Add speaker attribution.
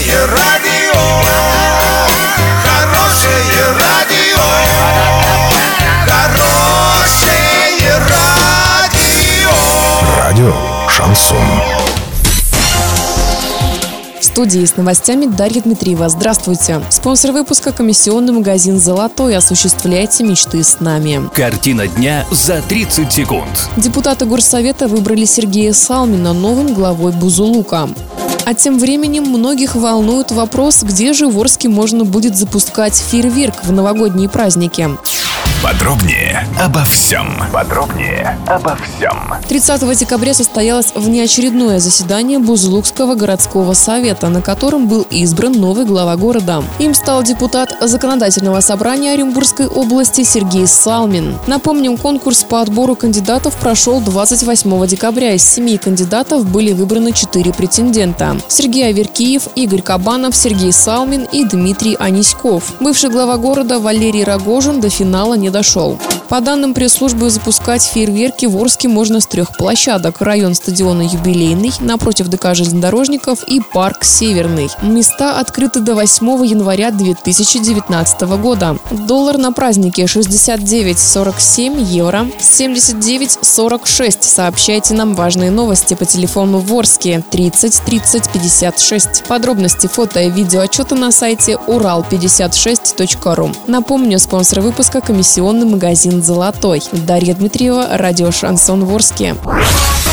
Speaker 1: Хорошее радио, хорошее радио, хорошее радио.
Speaker 2: Радио Шансон.
Speaker 3: В студии с новостями Дарья Дмитриева. Здравствуйте. Спонсор выпуска — комиссионный магазин «Золотой». Осуществляйте мечты с нами.
Speaker 4: Картина дня за 30 секунд.
Speaker 3: Депутаты Горсовета выбрали Сергея Салмина новым главой Бузулука. А тем временем многих волнует вопрос, где же в Орске можно будет запускать фейерверк в новогодние праздники.
Speaker 2: Подробнее обо всем.
Speaker 3: 30 декабря состоялось внеочередное заседание Бузулукского городского совета, на котором был избран новый глава города. Им стал депутат Законодательного собрания Оренбургской области Сергей Салмин. Напомним, конкурс по отбору кандидатов прошел 28 декабря. Из 7 кандидатов были выбраны 4 претендента: Сергей Аверкиев, Игорь Кабанов, Сергей Салмин и Дмитрий Аниськов. Бывший глава города Валерий Рогожин до финала не дошел. По данным пресс-службы, запускать фейерверки в Орске можно с 3 площадок: район стадиона «Юбилейный», напротив ДК «Железнодорожников» и парк «Северный». Места открыты до 8 января 2019 года. Доллар на празднике 69,47, евро 79,46. Сообщайте нам важные новости по телефону в Орске 30 30 56. Подробности, фото и видеоотчеты на сайте ural56.ru. Напомню, спонсор выпуска — комиссионный магазин «Золотой». Дарья Дмитриева, радио «Шансон» в Орске.